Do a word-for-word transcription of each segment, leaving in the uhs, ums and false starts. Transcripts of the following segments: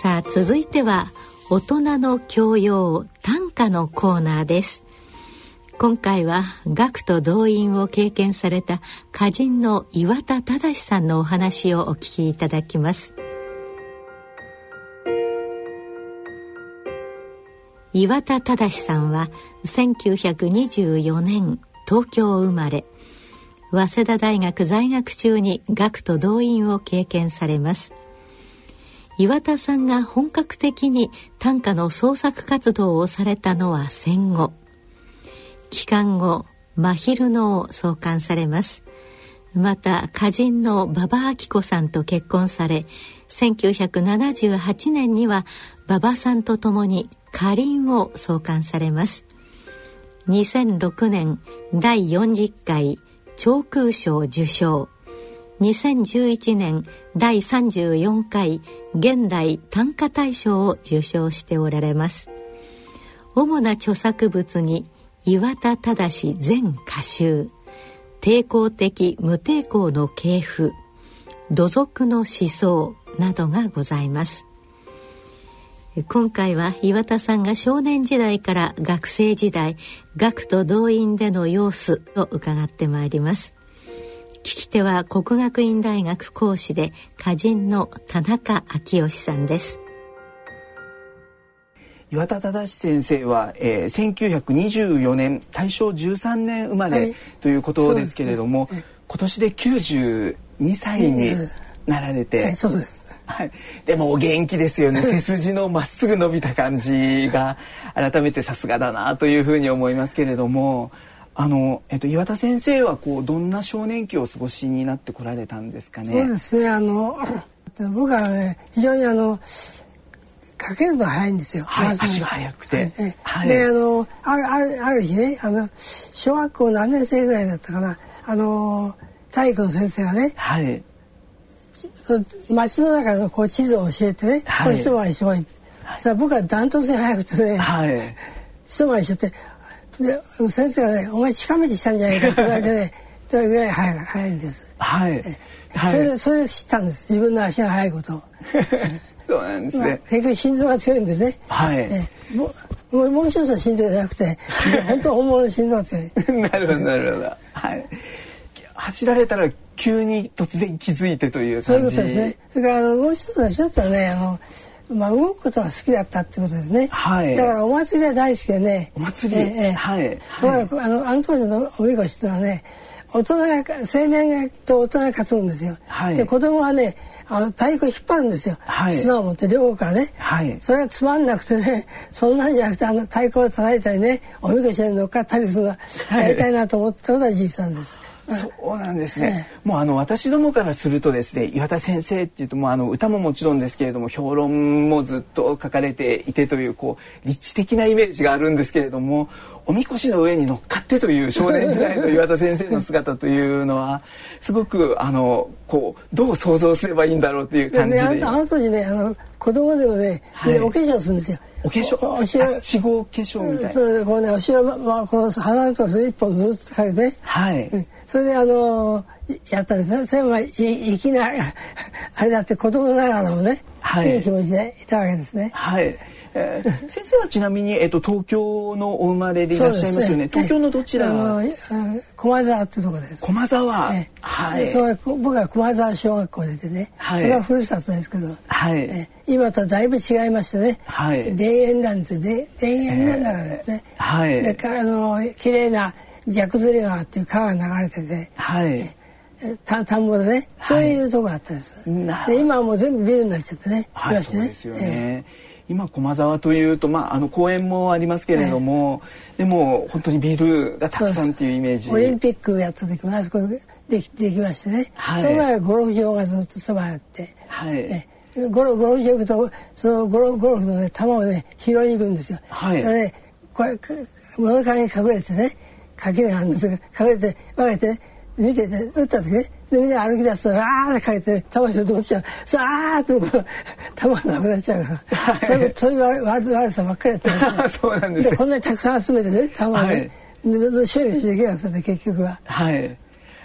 さあ続いては大人の教養短歌のコーナーです。今回は学徒動員を経験された歌人の岩田忠さんのお話をお聞きいただきます。岩田忠さんはせんきゅうひゃくにじゅうよねん東京生まれ、早稲田大学在学中に学徒動員を経験されます。岩田さんが本格的に短歌の創作活動をされたのは戦後。帰還後、真昼のを創刊されます。また歌人の馬場あき子さんと結婚され、せんきゅうひゃくななじゅうはちねんには馬場さんと共に歌林を創刊されます。にせんろくねんだいよんじゅっかい長空賞受賞、にせんじゅういちねんだいさんじゅうよんかい現代短歌大賞を受賞しておられます。主な著作物に岩田忠全歌集、抵抗的無抵抗の系譜、土足の思想などがございます。今回は岩田さんが少年時代から学生時代、学徒動員での様子を伺ってまいります。聞き手は國學院大学講師で歌人の田中昭義さんです。 岩田忠先生は、えー、せんきゅうひゃくにじゅうよねん大正じゅうさんねん生まれ、はい、ということですけれども、ね、今年できゅうじゅうにさいになられて、 はい、そうです、 はい、でもお元気ですよね。背筋のまっすぐ伸びた感じが改めてさすがだなというふうに思いますけれども、あの、えっと、岩田先生はこうどんな少年期をお過ごしになってこられたんですかね。 そうですね、あの僕はね非常にあのかけるのが早いんですよ。 はい、足が速くて、 はいはい、であのある、ある、ある日ね、あの小学校何年生ぐらいだったかな、あの体育の先生がね、 はい、 街の中のこう地図を教えてね、はい、これ一回りしてこい、はい、それ僕はダントツに速くてね、はい、一回りしちゃって、で先生がね、お前近道したんじゃないかって言われてねというぐらい速い、速いんです。はい、はい、それでそれで知ったんです、自分の足が速いことを。 そうなんですね。まあ、 結局心臓が強いんですね。 はい。 えもうもう一つは心臓じゃなくて本当本物の心臓が強い。 なるほどなるほど。はい。走られたら急に突然気づいてという感じ。 そういうことですね。それからあのもう一つは一つはね、あのまあ動くことが好きだったってことですね。はい。だからお祭りが大好きでね。 お祭り。ええ、はい。 はい。あのあの当時のおみこしってのはね、大人が青年と大人が担ぐんですよ。はい。で子供はね、あの太鼓引っ張るんですよ、はい、綱を持って両方からね、はい、それがつまんなくてね、そんなんじゃなくてあの太鼓を叩いたりね、おみこしに乗っかったりするのがやりたいなと思ったことは事実なんです。 そうなんですね。ええ、もうあの私どもからするとですね、岩田先生っていうともうあの歌ももちろんですけれども評論もずっと書かれていてというこう立地的なイメージがあるんですけれども、おみこしの上に乗っかってという少年時代の岩田先生の姿というのはすごくあのこうどう想像すればいいんだろうっていう感じで、 ね、あの当時ね、あの子供でもね、はい、お化粧するんですよ。 お化粧、お白四号化粧みたいな。 そうでこうね、お白ま、まあ、この鼻のところ一本ずっとかけて、はい、うん、それであのやったんですね。それは粋なあれだって子供ながらもね、はい、いい気持ちでいたわけですね。 はい。えー、先生はちなみに、えっと、東京のお生まれでいらっしゃいますよね。東京のどちら？あの駒沢ってところです。 駒沢。えー、はい。 そう僕は駒沢小学校出てね、はい、それはふるさとですけど、はい、えー、今とはだいぶ違いましてね、はい、田園なんですで田園なんだからですね、えー、はい、であの綺麗な蛇崩川っていう川が流れてて、はい、えー、た田んぼでね、そういうとこだったんです。はい、で今はもう全部ビルになっちゃってね。 はい、そうですよね。えー今駒沢というと、まあ、あの公園もありますけれども、ええ、でも本当にビルがたくさんっていうイメージ。 オリンピックやった時もあそこできできましてね、はい、その前はゴルフ場がずっとそばあって、はい、えゴルフゴルフ場行くとそのゴルフゴルフの、ね、球をね拾いに行くんですよ。はい、それでこれ物陰に隠れてね、垣根があるんですが隠れて分けて、ね、見てて打った時ね。でみんな歩き出すとあーってかけて球一つ落ちちゃう、さあーっと球がなくなっちゃうから、はい、そういうそういう悪, 悪さばっかりやってます。 そうなんですでこんなにたくさん集めてね球をね、はい、で処理していけなくて結局は。 はい。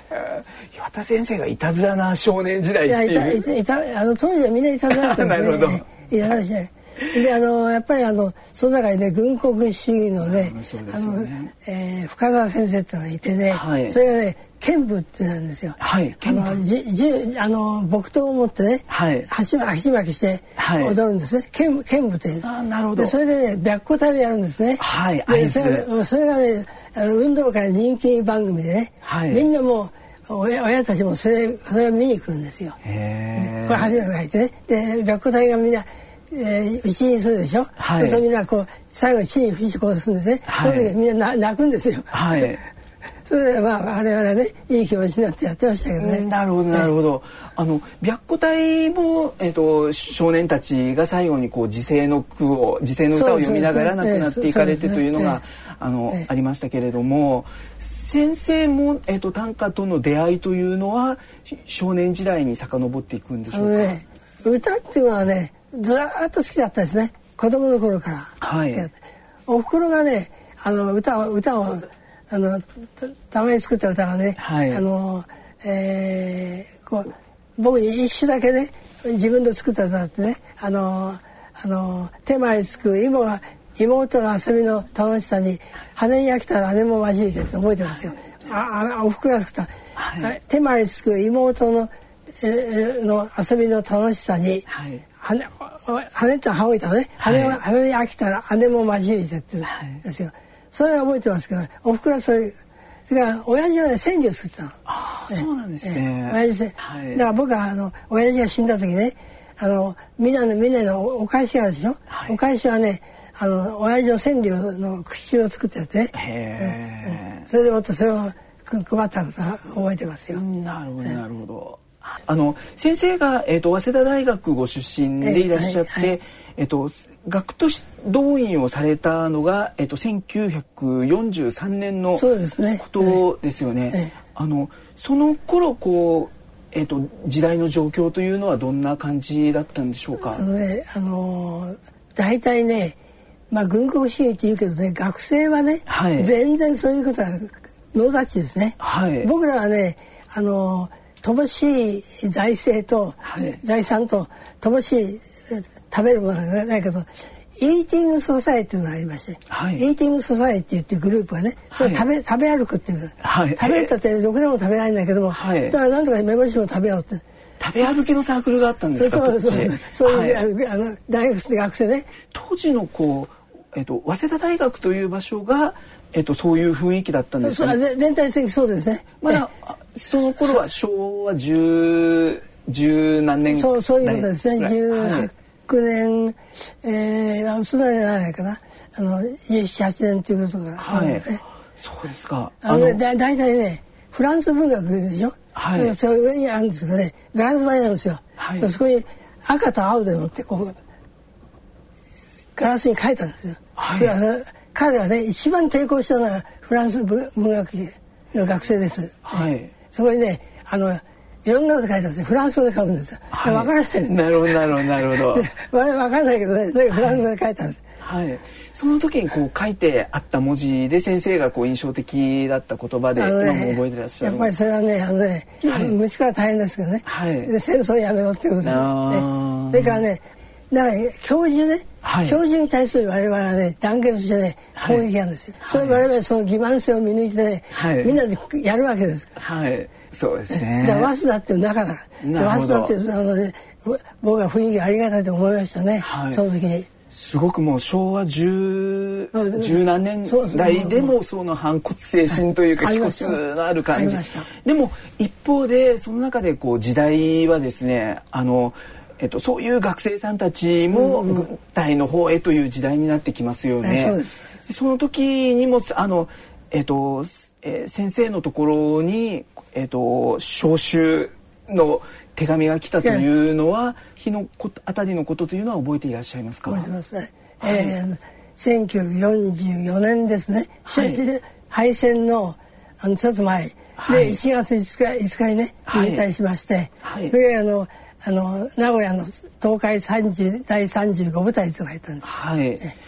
岩田先生がいたずらな少年時代っていう。 いやいたいたいたあの当時はみんないたずらだったんですね。なるほど。いたずらしであのやっぱりあのその中にね軍国主義のね、あの、えー、深澤先生っていうのがいてね、はい、それがね剣舞ってなんですよ。はい。あのじじあの木刀を持ってね、はい、足足巻きして踊るんですね。剣舞剣舞という。あ、なるほど。でそれでね白虎隊をやるんですね。はい。でそれそれがねあの運動会人気番組でね、はい、みんなもう親, 親たちもそれそれを見に来るんですよ。へー。これ初めて書いてね。で白虎隊がみんなえー、打ちにするでしょ、はい、それとみんなこう最後に地に伏し殺すんですね、はい、それでみんな泣くんですよ、はい、それでまあ我々ねいい気持ちになってやってましたけどね。 なるほどなるほど、えー、あの白虎隊も、えー、と少年たちが最後にこう時世の句を時世の歌を読みながら亡くなっていかれてというのがあの、えー、ありましたけれども、先生も、えー、と短歌との出会いというのは少年時代に遡っていくんでしょうか。ね、 歌っていうのはねずらーっと好きだったですね、子供の頃から、はい、おふくろがねあの歌を歌をあの た, たまに作った歌がね、はい、あの、えー、こう僕に一首だけね自分で作った歌だってね、あのあの手前つく妹が妹の遊びの楽しさに羽に飽きたら姉も混じりてって覚えてますよ。ああおふくろが作った、はい、手前つく妹のの遊びの楽しさに、はい、羽羽って羽置いたのね、羽は羽に飽きたら姉も混じりてって言うんですよ、はい、それは覚えてますけど、おふくろはそういう、それから親父はね川柳を作ってたの。 ああ、そうなんですね。 親父で、はい、だから僕はあの親父が死んだ時ね、あのみんなのみんなのお返しがあるでしょ、はい、お返しはねあの親父の川柳の句集を作ってやってね、へ、うん、それでもっとそれを配ったことは覚えてますよ。 なるほどなるほど。あの先生が、えー、と早稲田大学ご出身でいらっしゃって、えーはいはい、えー、と学徒動員をされたのが、えー、とせんきゅうひゃくよんじゅうさんねんのことですよね。えーえー、あのその頃こう、えー、と時代の状況というのはどんな感じだったんでしょうか。 あの、ね、あのー、大体ね、まあ、軍国主義って言うけどね、学生はね、はい、全然そういうことはノータッチですね。はい、僕らはね、あのー乏しい財政と、はい、財産と乏しい食べるものがないけど、イーティングソサエティがありまして、はい、イーティングソサエティっていうグループがね、それ食べ、はい、食べ歩くっていう、はい、食べたってろくでも食べないんだけども、はい、だからなんとか目星も食べようって。 食べ歩きのサークルがあったんですか。そうそうそう、 そういう、はい、あの大学生学生ね。 当時のこう、えっと、早稲田大学という場所が、えっと、そういう雰囲気だったんですかね。 全体的にそうですね。 まだその頃は昭和十十何年。 そうそういうことですね。十八年、えー、そんなにならないかな。あの十七八年ということが。はい。ね、 そうですか。 あのだだいたいねフランス文学でしょ。はい。それ上にあるんですけどね、ガラス張りなんですよ。はい。そこに赤と青でもってこうガラスに書いたんですよ。はい。彼はね一番抵抗したのはフランス文学の学生です。はい。そこにねあのいろんなこと書いてあるんですよ。フランス語で書くんですよ。はい、分からない。 なるほどなるほどなるほど。 分からないけどね、それフランス語で書いてあるんです。 はい。その時にこう書いてあった文字で先生がこう印象的だった言葉で今も覚えてらっしゃる。 やっぱりそれはねあのね、はい、虫から大変ですけどね。はい。で戦争やめろってことですね。それからね。だから教授ね、はい、教授に対する我々はね団結してね攻撃なんですよ、はい、それ我々その欺瞞性を見抜いてね、はい、みんなでやるわけですから、はい、 そうですね。 だから早稲田っていう中だから早稲田っていうあの、ね、僕は雰囲気ありがたいと思いましたね、はい、その時に。 すごくもう昭和十十何年代でもその反骨精神というか気骨のある感じ。でも一方でその中でこう時代はですねあのえっと、そういう学生さんたちも軍隊の方へという時代になってきますよね。うんうん、そ, その時にもあの、えっとえー、先生のところに、えっと、召集の手紙が来たというのは日のあたりのことというのは覚えていらっしゃいますか。 覚えてますね。はい、えー、せんきゅうひゃくよんじゅうよねんですね。はい、敗戦のあのちょっと前、はい、でいちがついつかにね引退しまして、はい、それであのあの名古屋の東海三十第さんじゅうご部隊とか入ったんです。 はい。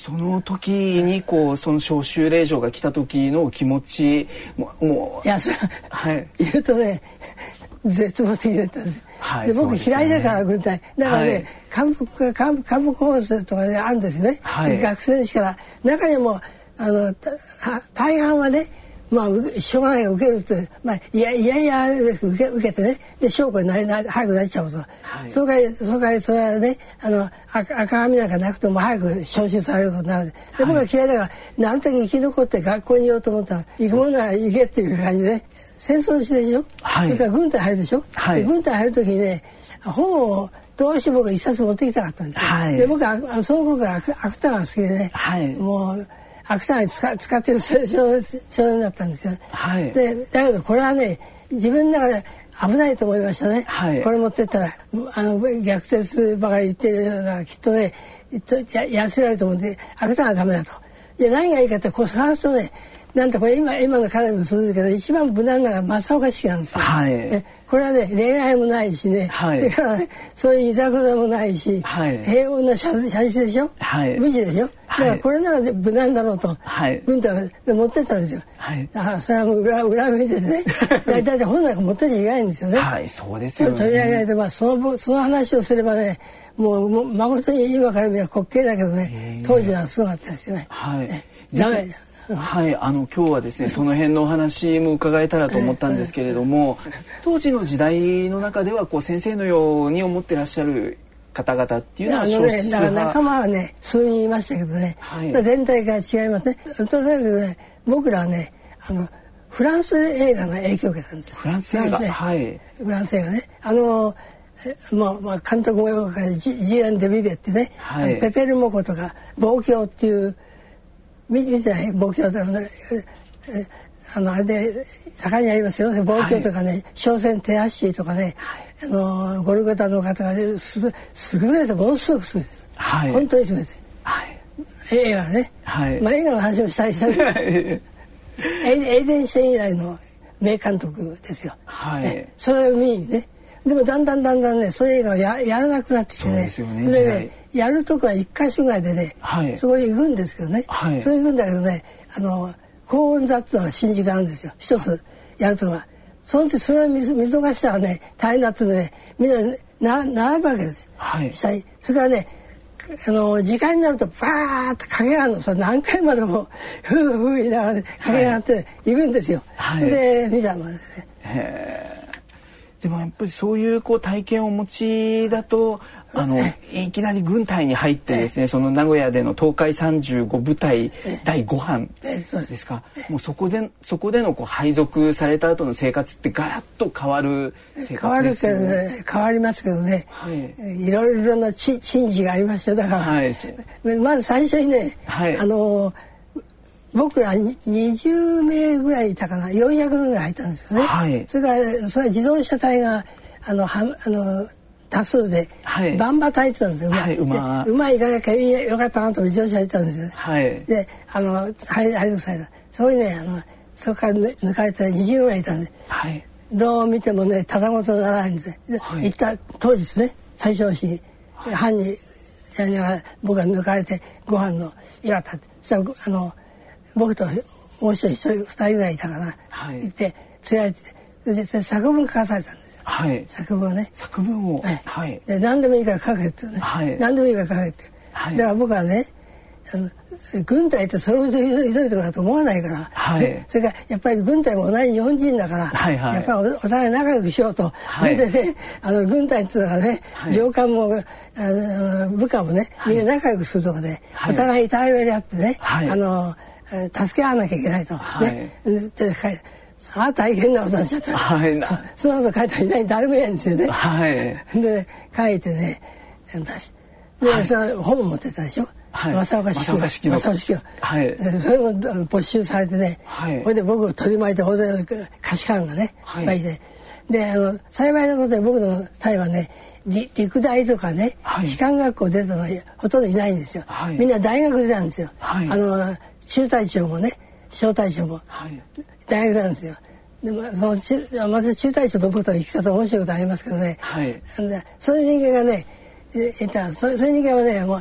その時にこうその召集令状が来た時の気持ちももういやそ、はい、言うとね絶望的だったんです。はい、で僕嫌いだから軍隊だからね、はい、幹部幹部幹部コースとかであるんですね、はい、学生の時から中にもあの大半はねまあしょうがないから受けるってまあいやいやいや受け受けてねで証拠になりな早くなっちゃうと、はい、それからそれからそれはねあの赤赤紙なんかなくても早く招集されることになるで、はい、僕は嫌いだからなるだけ生き残って学校にいようと思ったら行くものなら行けっていう感じで。戦争してでしょ、はい、それから軍隊入るでしょ、はい、で軍隊入る時にね本をどうして僕は一冊持ってきたかったんですよ、はい、で僕はその頃から芥川が好きでね、はい、もう芥川に使, 使ってる少年少年だったんですよ、はい、でだけどこれはね自分の中で危ないと思いましたね、はい、これ持ってったらあの逆説ばかり言ってるようなきっとねややせられると思って芥川はダメだと。で何がいいかってこう探すとねなんとこれ今今の彼もそうですけど一番無難なのが正岡式なんですよ、はい、これはね恋愛もないしね、はい、それからねそういういざこざもないし、はい、平穏な写実でしょ、はい、無事でしょ、だからこれなら、ね、無難だろうと、はい、軍隊は持ってったんですよ、はい、だからそれはもう 裏, 裏見ててね大体本なんか持ってちゃいけないんですよね、はい、そうですよね。取り上げられて、まあ、そのその話をすればねもうもう誠に今から見れば滑稽だけどね当時はすごかったですよね、はい、ダメだはい、あの今日はですねその辺のお話も伺えたらと思ったんですけれども、当時の時代の中ではこう先生のように思ってらっしゃる方々っていうのは少数派、 ね、だから仲間はね数人いましたけどね、はい、全体が違いますね。とにかくね僕らはねあのフランス映画の影響を受けたんですよ。 フランス映画、はい、 フランス映画ねあのまあ、まあ監督もよくわかるジーエン・デ・ビベってね、はい、ペペルモコとか望郷っていう見てない望郷とかねあのあれで盛んにありますよね望郷とかね商船テアッシーとかね、はい、あのゴルゴタの方がねす優れてものすごく優れてる、はい、本当に優れてる、はい、映画ね、はい、まあ映画の話もしたりしたりエイデンシェン以来の名監督ですよ、はい、それを見にねでもだんだんだんだんねそういう映画を や, やらなくなってきてねでねやるとこは一箇所ぐらいでね、はい、そこに行くんですけどね、はい、それ行くんだけどねあの高音雑な新宿があるんですよ一つやるとはそのうちそれを 見, 見逃したらね大変だってねみんなな並ぶわけですよ、はい、したりそれからねあの時間になるとバーッと影があるのそれ何回までもふうふう言いながら、ね、影があって、ねはい、行くんですよ、はい、で見たもんですね。 へーでもやっぱりそういうこう体験をお持ちだとあのいきなり軍隊に入ってですねその名古屋での東海さんじゅうご部隊だいご班ですかもうそこでそこでのこう配属された後の生活ってガラッと変わる生活ですよね。 変わるけどね変わりますけどね、はい、いろいろな珍事がありましたよだから、はい、まず最初にね、はい、あの僕らにじゅうめいぐらいいたかなよんひゃくめいぐらい入ったんですよね、はい、それからそれは自動車隊があのはあの多数で、はい、バンバ隊って言ったんですよ、はい、馬馬行かなきゃよかったなと自動車行ったんですよ、はい、であの配属されたそこにねあのそこから抜かれてにじゅうめいいたんで、はい、どう見てもねただごとならないんです、はい、行った当日ですね最初の日に、はい、班にやりながら僕が抜かれてご飯の岩田ってそしたらあの僕ともう一人一人二人ぐらいいたかな、はい、行って連れられてで作文書かされたんですよ、はい、作文をね作文を、 はい、で何でもいいから書けってね、はい、何でもいいから書けって、はい、だから僕はねあの軍隊ってそれほどひどいところだと思わないから、はい、それからやっぱり軍隊も同じ日本人だから、はいはい、やっぱりお互い仲良くしようと、はい、でねあの軍隊っていうのはね、はい、上官もあの部下もねみんな仲良くするとこで、はい、お互い頼り合ってね、はい、あの助け合わなきゃいけないと、はい、ねでさあ大変なことになっちゃった、はい、そ, そのこと書いたらいない誰もいないんですよね、はい、で書いてね私で、はい、その本を持ってたでしょ、はい、正岡式の正岡式を、はい、それも没収されてね、はい、それで僕を取り巻いて大勢の下士官がね、はい、いっぱいいてであの幸いなことで僕の隊はね陸大とかね、はい、士官学校出たのはほとんどいないんですよ、はい、みんな大学出たんですよ、はい、あの中隊長もね小隊長も、はい、大学なんですよで、まあ、その中また中隊長と僕と行き方面白いことありますけどね、はい、でそういう人間がねいたそそういう人間はねもう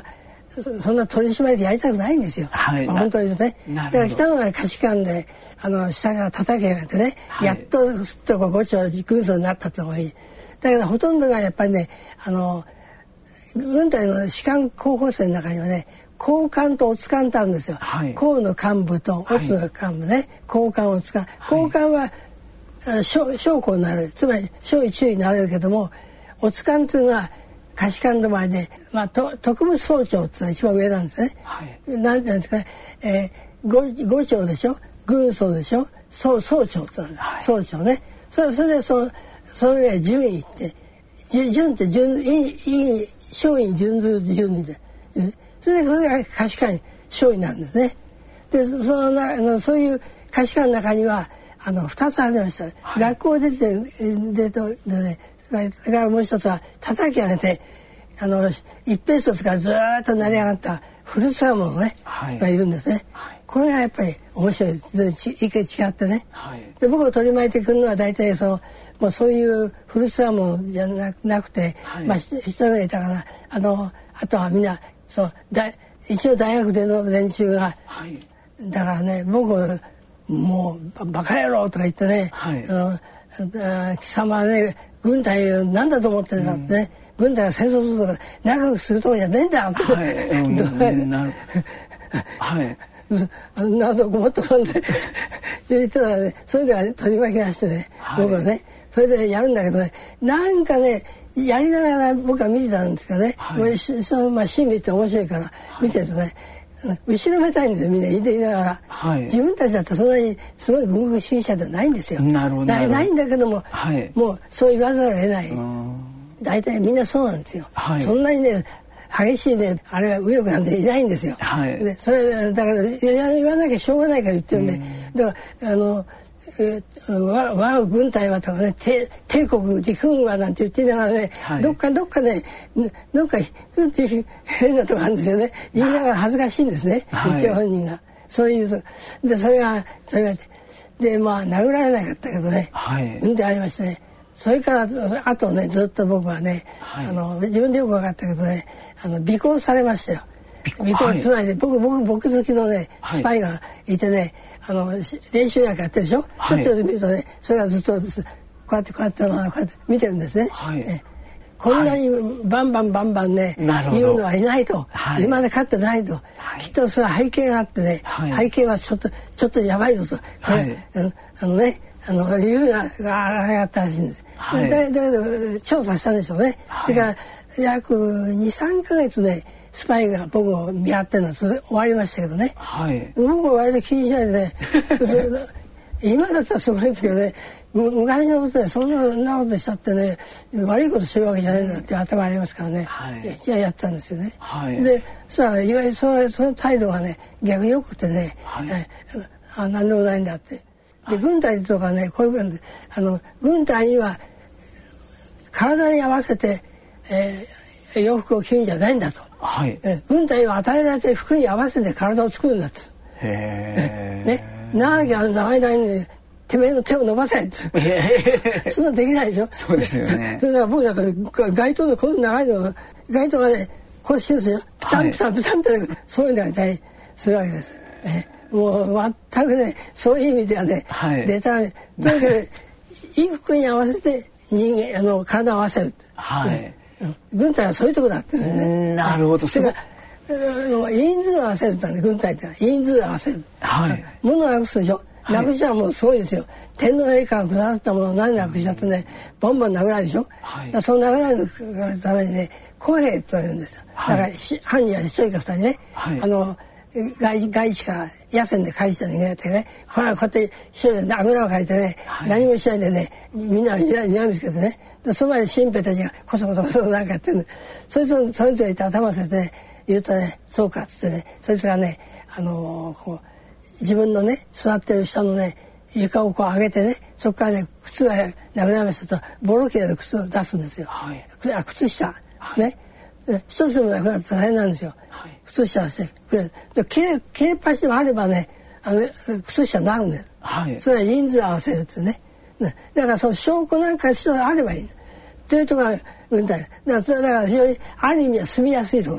そんな取り締まりでやりたくないんですよ、はい、まあ、本当にね。だから北の方が価値観であの下から叩き上げてね、はい、やっとすっとこうごちょ軍曹になったともいい。だけどほとんどがやっぱりね、あの軍隊の士官候補生の中にはね、高官と乙官ってあるんですよ、はい、高の幹部と乙の幹部ね、はい、高官乙官、高官は将校になる、つまり将尉中尉になれるけども、乙官というのは下士官の前で、まあ、と特務総長っていうのは一番上なんですね、はい、なんていうんですかね、えー、五長でしょ、軍曹でしょ、総総長って言うんだ、はい、総長ね。それそれでそそれが順位って順って順位将尉順ず順位で、それでこれが下士官将尉なんですね。でそのなあのそういう下士官の中にはあのふたつありました、はい、学校出て出てでね、それからもう一つは叩き上げてあの一平卒からずーっと成り上がった古巣サーモンね、はい、がいるんですね、はい、これがやっぱり面白い、意見違ってね、はい、で僕を取り巻いてくるのは大体そのもうそういう古巣サーモンじゃ な, なくて、はい、まあ一人がいたからあのあとはみんなそうだ一応大学での連中が、はい、だからね僕もうバカ野郎とか言ってね、はい、あの貴様はね軍隊を何だと思ってるんだってね、うん、軍隊が戦争するとか仲良くするとこじゃねえんだよって、はい、うん、なるはいなどごもっともんで言ってたらね、それでは、ね、取り巻きがしてね、はい、僕はねそれでやるんだけどね、なんかねやりながら僕は見てたんですけどね、はい、そのまあ心理って面白いから見てるとね、はい、後ろめたいんですよ、みんな言いながら、はい、自分たちだとそんなにすごい軍国主義者ではないんですよ。なるほどなないんだけども、はい、もうそう言わざるを得ない。大体みんなそうなんですよ、はい、そんなにね激しいねあれは右翼なんていないんですよ、はい、でそれだから言わなきゃしょうがないから言ってるんで、だからあのえ我が軍隊はとかね帝国陸軍はなんて言っていながらね、はい、どっかどっかねどっか変なとこあるんですよね、言いながら恥ずかしいんですね、はい、言ってる本人がそういうでそれがそれがでまあ殴られなかったけどね、はい、運転ありましたね。それからあとねずっと僕はね、はい、あの自分でよく分かったけどねあの尾行されましたよ。尾行、はい、つまり僕僕僕好きのねスパイがいてね、はい、あの練習なんかやってるでしょ、はい、ちょっと見るとねそれがずっとこうやってこうやってこうやって見てるんですね、はい、えこんなにバンバンバンバンね、はい、言うのはいないと、はい、今まで勝ってないと、はい、きっとそれは背景があってね、はい、背景はちょっとちょっとやばいぞとこれ、はい、あのねあの理由があったらしいんです、はい、だ, だけど調査したんでしょうね、はい、それから約 にさんかげつねスパイが僕を見張ってるのは終わりましたけどね、はい、僕は割と気にしないでね今だったらすごいんですけどね昔のことでそんなことしちゃってね悪いことするわけじゃないんだっていう頭ありますからね、はい、いややったんですよね、はい、でさあ意外にそのその態度がね逆によくてね、はい、えあ何でもないんだってで軍隊とかねこういうことであの軍隊には体に合わせて、えー、洋服を着るんじゃないんだと、はい、え軍隊は与えられて服に合わせて体を作るんだと。へー、ね、長きゃ長い間に、ね、てめえの手を伸ばせってそんなできないでしょ。そうですよね。それから僕なんか街灯のこの長いの街灯がねこうしてるんですよ。ピタンピタンピタンって、はい、そういうのがいたりするわけです。えもう全くねそういう意味ではね、はい、出たとにかく衣服に合わせて人間あの体を合わせる、はい、軍隊はそういうとこだってね。なるほど。それから人数を合わせるってね軍隊って人数を合わせる、はい、物をなくすでしょ。なくしはもうすごいですよ。天皇陛下がくださったものを何なくしたってねボンボン殴られるでしょ、はい、その殴られるためにね公兵と言うんですよ、はい、だから犯人は一人か二人ね、はい、あの外外地から野戦で返した人間やってねこうやって一人であぐらをかいてね、はい、何もしないでねみんなにらみつけてねでその前で新兵たちがこそこそこそなんかやってるんでそいつをそいつがいて頭せて、ね、言うとねそうかっつってねそいつがねあのー、こう自分のね座ってる下のね床をこう上げてねそこからね靴がなくなりましたとボロ系の靴を出すんですよ、はい、靴下、はい、ね一つでもなくなったら大変なんですよ、はい、靴下をしてくれるで切れ切れっ端でもあればねあの靴下になるんだよ、はい、それは人数合わせるってねだからその証拠なんか一つあればいいというところが軍隊だからだから非常にある意味は住みやすいところ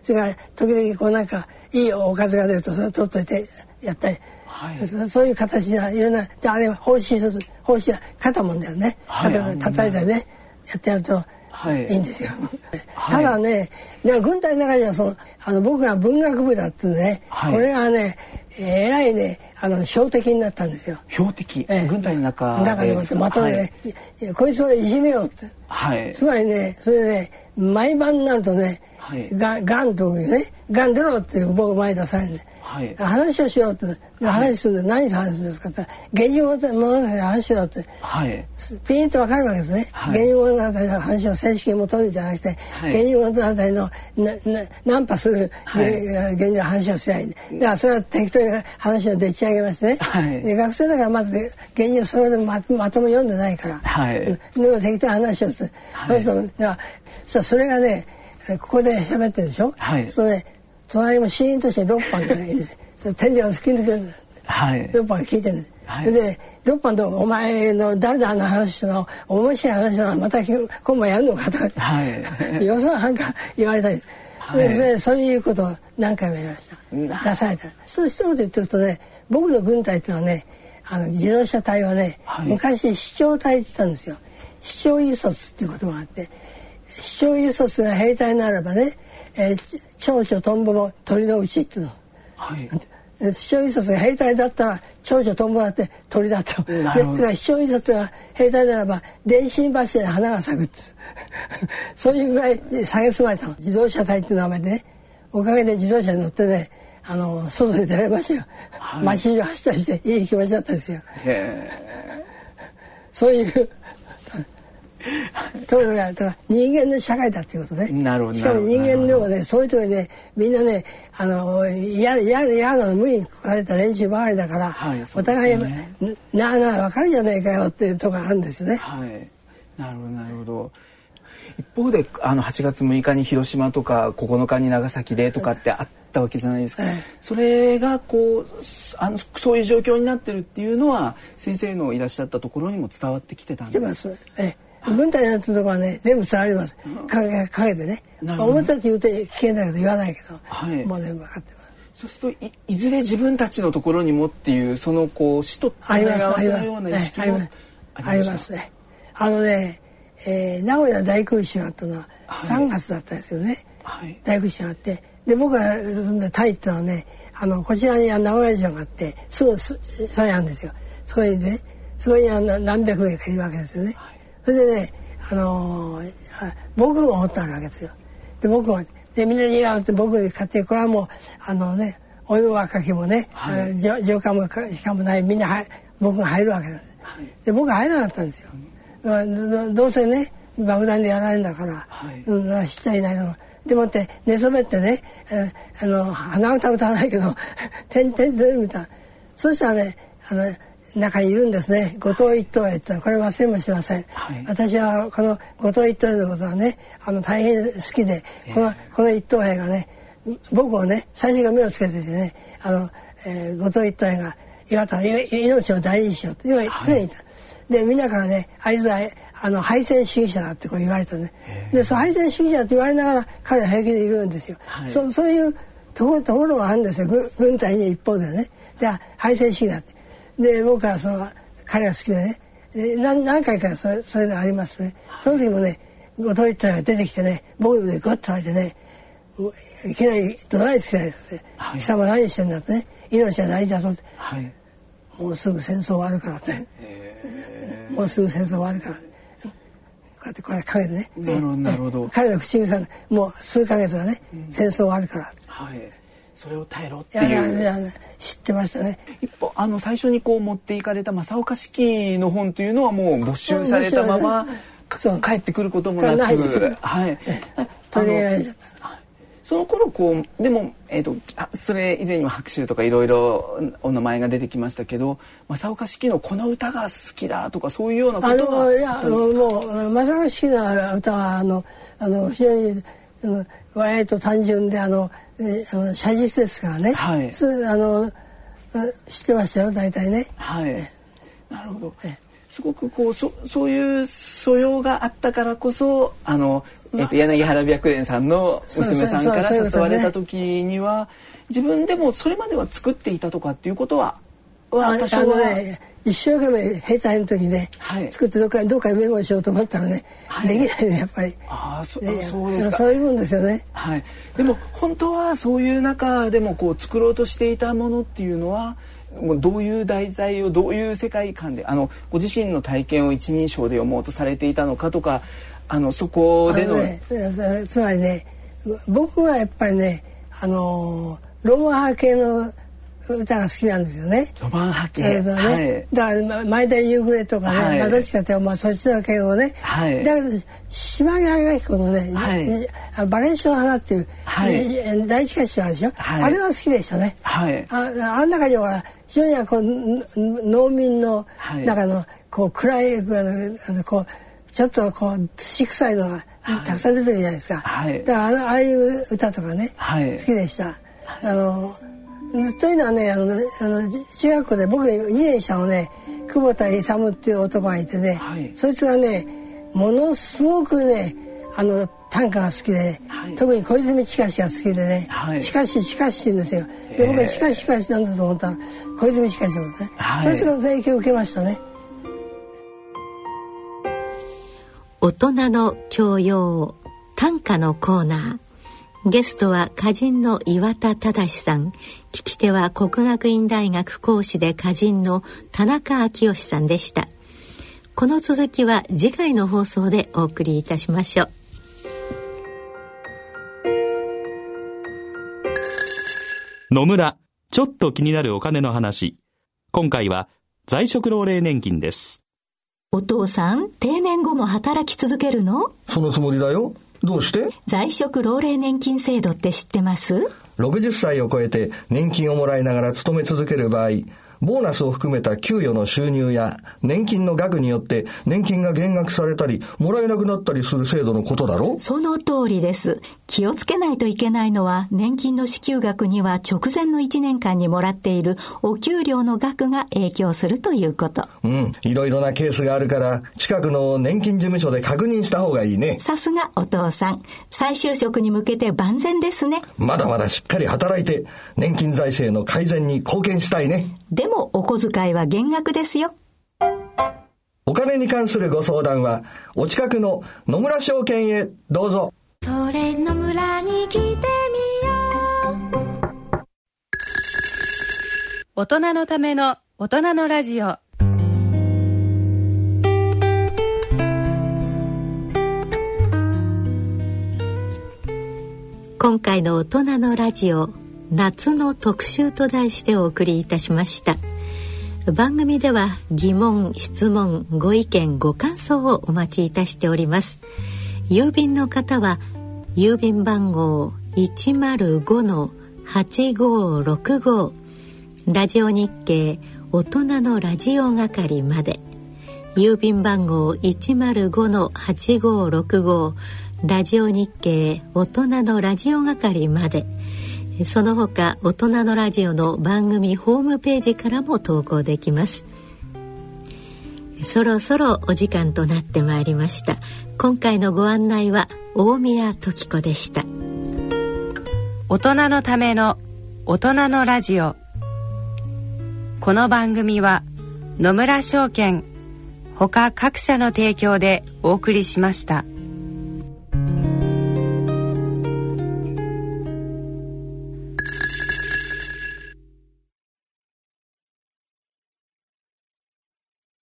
それから時々こうなんかいいおかずが出るとそれを取っといてやったり、はい、そ, そういう形でいろんなであれは方針方針は肩もんだよね、はい、肩叩いたりねやってやるといいんですよ、はい、ただね、ね軍隊の中ではそのあの僕が文学部だってね、はい、これがねえらいねあの標的になったんですよ。 標的、ええ、軍隊の中で中でもまとめて、はい、こいつをいじめようって、はい、つまりねそれでね毎晩になるとね、はい、ががんとねがん出ろって僕前に出されるんで、はい、話をしようって、はい、話するんで何話すんですかって言ったら「源氏物語の話しよう」って、はい、ピンと分かるわけですね。はい、源氏物語の話を正式に求めるんじゃなくて、はい、源氏物語のななナンパする、はい、源氏の話をしないんで、だからそれは適当に話をでっち上げましてね、はい、で学生だからまず源氏をそれで ま, まとも読んでないから、はい、でも適当に話をする、はい、そうするとだからそれがねここで喋ってるでしょ、はい、それで隣もシーンとして六班がいるんです天井を吹き抜けるんです、はい、六班が聞いてるんです、はい、で六班とお前の誰だあの話したの面白い話したのまた今晩やるのかとか、はい、よそなんか言われたり、はい、でそういうことを何回もやりました出された。そう一言言ってるとね僕の軍隊っていうのはねあの自動車隊はね、はい、昔市長隊って言ったんですよ。市長輸送っていう言葉があって市長輸送が兵隊ならばね、えー、長所トンボも鳥のうちっていうの、はい、市長輸送が兵隊だったら長所トンボだって鳥だと。でだから市長輸送が兵隊ならば電信柱で花が咲くってそういうぐらい蔑まれたの。自動車隊っていう名前でねおかげで自動車に乗ってねあの外で出られましたよ、はい、街中走ったりしていい気持ちだったんですよ。へそういうところがだから人間の社会だっていうことね。なるほど。しかも人間でもねそういう時ねみんなねあの嫌嫌なの無理に来られた連中ばかりだから、はいね、お互いなあなあ分かるじゃないかよっていうところがあるんですよね。 はい。なるほどなるほど。一方であのはちがつむいかに広島とかここのかに長崎でとかってあったわけじゃないですか、はい、それがこうあのそういう状況になってるっていうのは先生のいらっしゃったところにも伝わってきてたんですか。 来てます、ええ、軍隊になってるところはね全部伝わります。陰でね表立って言うと危険だけど言わないけど、はい、もう全部分かってます。 そうすると い, いずれ自分たちのところにもっていうそのこう死と隣り合わせのような意識もありますね。あのねえー、名古屋大空襲があったのはさんがつだったんですよね、はい、大空襲があってで僕が住んだタイっていうのはねあのこちらに名古屋城があってすぐそれなんですよ。それでねそこに何百名かいるわけですよね、はい、それでねあのー、防空壕を掘ってあるわけですよ。で僕はでみんなにやって僕に買ってこれはもうあのねお湯若きもね、はい、上官もしかもないみんな僕が入るわけです、はい、で僕は入らなかったんですよ、うんどうせね爆弾でやられるんだから、はい、うん、知っちゃいないのでもって寝そべってね、えー、あの鼻歌歌わないけど「てんてんてん」みたいな。そしたらねあの中にいるんですね後藤一等兵ってこれ忘れもしません、はい、私はこの後藤一等兵のことはねあの大変好きでこのこの一等兵がね僕をね最初が目をつけててねあの、えー、後藤一等兵が言われた命を大事にしようって常に言った、はいでみんなからねあいつはあの敗戦主義者だってこう言われたね。でその敗戦主義者って言われながら彼は平気でいるんですよ、はい、そ, そういうところところがあるんですよ軍隊に一方でね。で敗戦主義だってで僕はその彼が好きでねで 何, 何回かそ れ, それがありますね。その時もね後藤一等が出てきてね僕でグッと入ってねいきなり怒鳴りつけられて、はい、貴様何してんだってね命は大事だぞって、はい、もうすぐ戦争終わるからってもうすぐ戦争終わるからこうやってこれ陰でねなるほどなるほど彼の口癖がもう数ヶ月はね、うん、戦争終わるから、 はい、それを耐えろっていう。いやいやいや知ってましたね。 一方あの最初にこう持っていかれた正岡子規の本というのはもう没収されたまま帰ってくることもなくないはい取り上げられちゃった。 その頃こうでも、えー、とそれ以前にも白秋とかいろいろお名前が出てきましたけど正岡子規のこの歌が好きだとかそういうようなことは。 あのいやあのもう正岡子規の歌はあのあの非常にあの割と単純であのあの写実ですからね、はい、あの知ってましたよ大体ね。 はい、なるほど。すごくこう そ, そういう素養があったからこそあのえっと、柳原白蓮さんの娘さんから誘われた時には自分でもそれまでは作っていたとかっていうことは私はね一生懸命兵隊の時ね、はい、作ってどっかどっかメモしようと思ったらね、はい、できないねやっぱり。 ああ、そ、そうですか。 そういうもんですよね。 はい。でも本当はそういう中でもこう作ろうとしていたものっていうのはもうどういう題材をどういう世界観であのご自身の体験を一人称で読もうとされていたのかとかあのそこでの、 ね、つまりね僕はやっぱりねあのロマン派系の歌が好きなんですよね。 ロマン派系、 えーねはい、だから前田夕暮れとかね、はいまあ、どっちかというと、まあ、そっちの系をね、はい、だけど島木明彦のね、はい、バレンション花っていう、はい、第一歌詞があるでしょ、はい、あれは好きでしたね、はい、あ, あん中には非常にこう農民の中のこう暗いあのこうちょっとこう土臭いのがたくさん出てるじゃないですか、はい、だからあのああいう歌とかね、はい、好きでした。あのというのはねあのあの中学校で僕にねん下のね久保田勇っていう男がいてね、はい、そいつがねものすごくねあの短歌が好きで、はい、特に小泉親しが好きでね、はい、しかししかしって言うんですよ。で僕はしかししかしなんだと思ったら小泉親しですね、はい、そいつが影響を受けましたね。 大人の教養短歌のコーナー、ゲストは歌人の岩田忠さん、聞き手は國學院大學講師で歌人の田中昭義さんでした。この続きは次回の放送でお送りいたしましょう。 野村、ちょっと気になるお金の話。今回は在職老齢年金です。 お父さん、定年後も働き続けるの？ そのつもりだよ。どうして？ 在職老齢年金制度って知ってます？ ろくじゅっさいを超えて年金をもらいながら勤め続ける場合、ボーナスを含めた給与の収入や年金の額によって年金が減額されたりもらえなくなったりする制度のことだろ？ その通りです。気をつけないといけないのは、年金の支給額には直前のいちねんかんにもらっているお給料の額が影響するということ。 うん、いろいろなケースがあるから近くの年金事務所で確認した方がいいね。 さすがお父さん、再就職に向けて万全ですね。 まだまだしっかり働いて年金財政の改善に貢献したいね。 でもお小遣いは減額ですよ。 お金に関するご相談はお近くの野村証券へどうぞ。 それ野村に来てみよう。 大人のための大人のラジオ。 今回の大人のラジオ、夏の特集と題してお送りいたしました。番組では疑問、質問、ご意見、ご感想をお待ちいたしております。郵便の方は郵便番号 いちまるごのはちごろくご ラジオ日経大人のラジオ係まで、郵便番号 いちまるごのはちごろくご ラジオ日経大人のラジオ係まで、その他大人のラジオの番組ホームページからも投稿できます。そろそろお時間となってまいりました。今回のご案内は大宮時子でした。 大人のための大人のラジオ。この番組は野村証券他各社の提供でお送りしました。